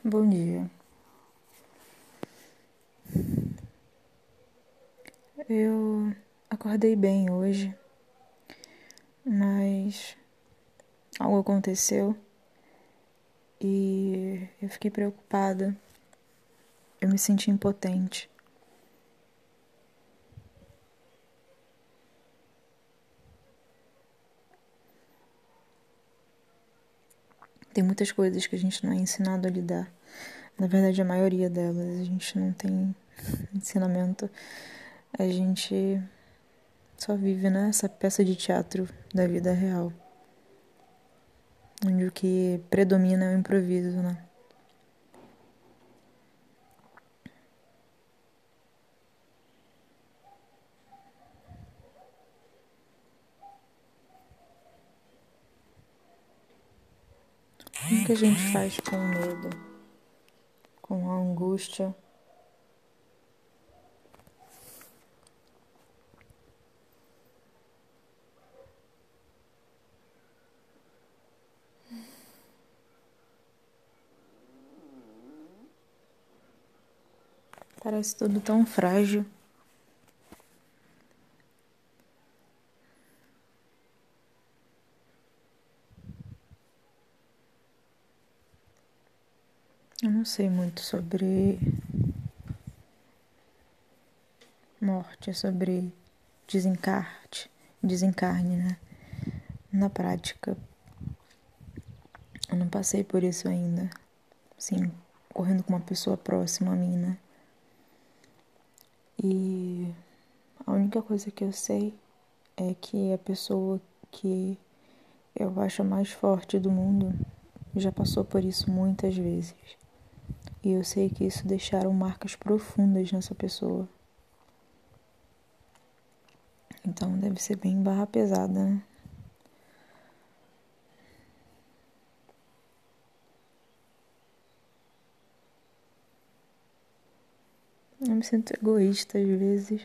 Bom dia. Eu acordei bem hoje, mas algo aconteceu e eu fiquei preocupada. Eu me senti impotente. Tem muitas coisas que a gente não é ensinado a lidar. Na verdade, a maioria delas a gente não tem ensinamento. A gente só vive nessa peça de teatro da vida real, onde o que predomina é o improviso, né? O que a gente faz com o medo, com a angústia? Parece tudo tão frágil. Eu não sei muito sobre morte, sobre desencarne, né? Na prática, eu não passei por isso ainda. Assim, correndo com uma pessoa próxima a mim, né? E a única coisa que eu sei é que a pessoa que eu acho a mais forte do mundo já passou por isso muitas vezes. E eu sei que isso deixaram marcas profundas nessa pessoa. Então deve ser bem barra pesada, né? Eu me sinto egoísta às vezes.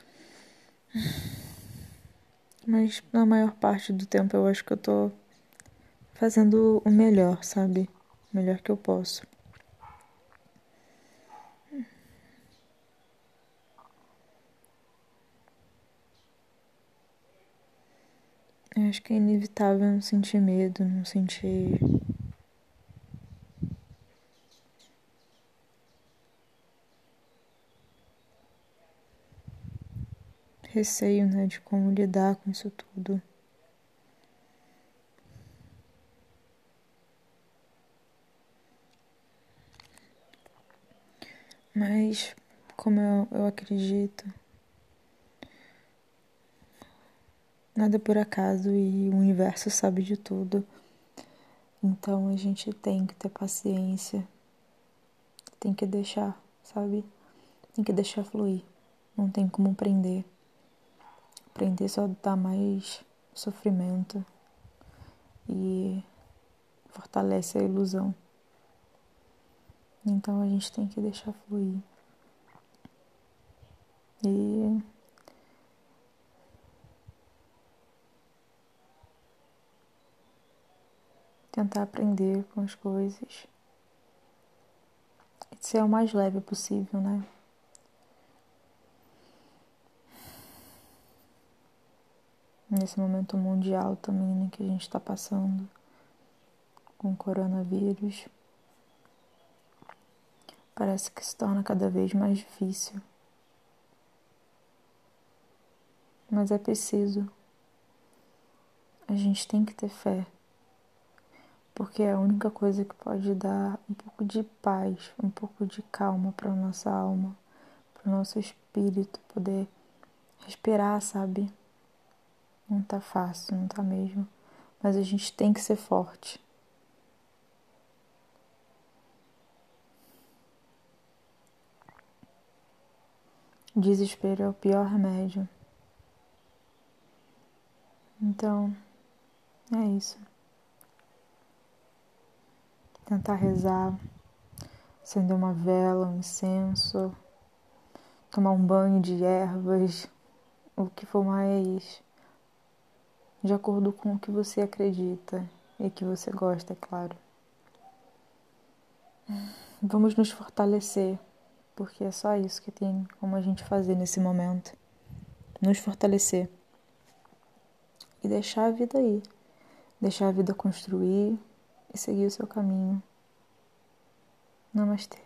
Mas na maior parte do tempo eu acho que eu tô fazendo o melhor, sabe? O melhor que eu posso. Eu acho que é inevitável não sentir medo, não sentir receio, né, de como lidar com isso tudo. Mas, como eu acredito, nada é por acaso e o universo sabe de tudo. Então a gente tem que ter paciência, tem que deixar, sabe? Tem que deixar fluir. Não tem como prender. Prender só dá mais sofrimento e fortalece a ilusão. Então a gente tem que deixar fluir. E tentar aprender com as coisas. E ser o mais leve possível, né? Nesse momento mundial também, né, que a gente está passando com o coronavírus. Parece que se torna cada vez mais difícil. Mas é preciso. A gente tem que ter fé. Porque é a única coisa que pode dar um pouco de paz, um pouco de calma para nossa alma, para o nosso espírito poder respirar, sabe? Não tá fácil, não tá mesmo. Mas a gente tem que ser forte. O desespero é o pior remédio. Então, é isso. Tentar rezar, acender uma vela, um incenso, tomar um banho de ervas, o que for mais de acordo com o que você acredita e que você gosta, é claro. Vamos nos fortalecer, porque é só isso que tem como a gente fazer nesse momento. Nos fortalecer e deixar a vida ir. Deixar a vida construir e seguir o seu caminho. Namastê.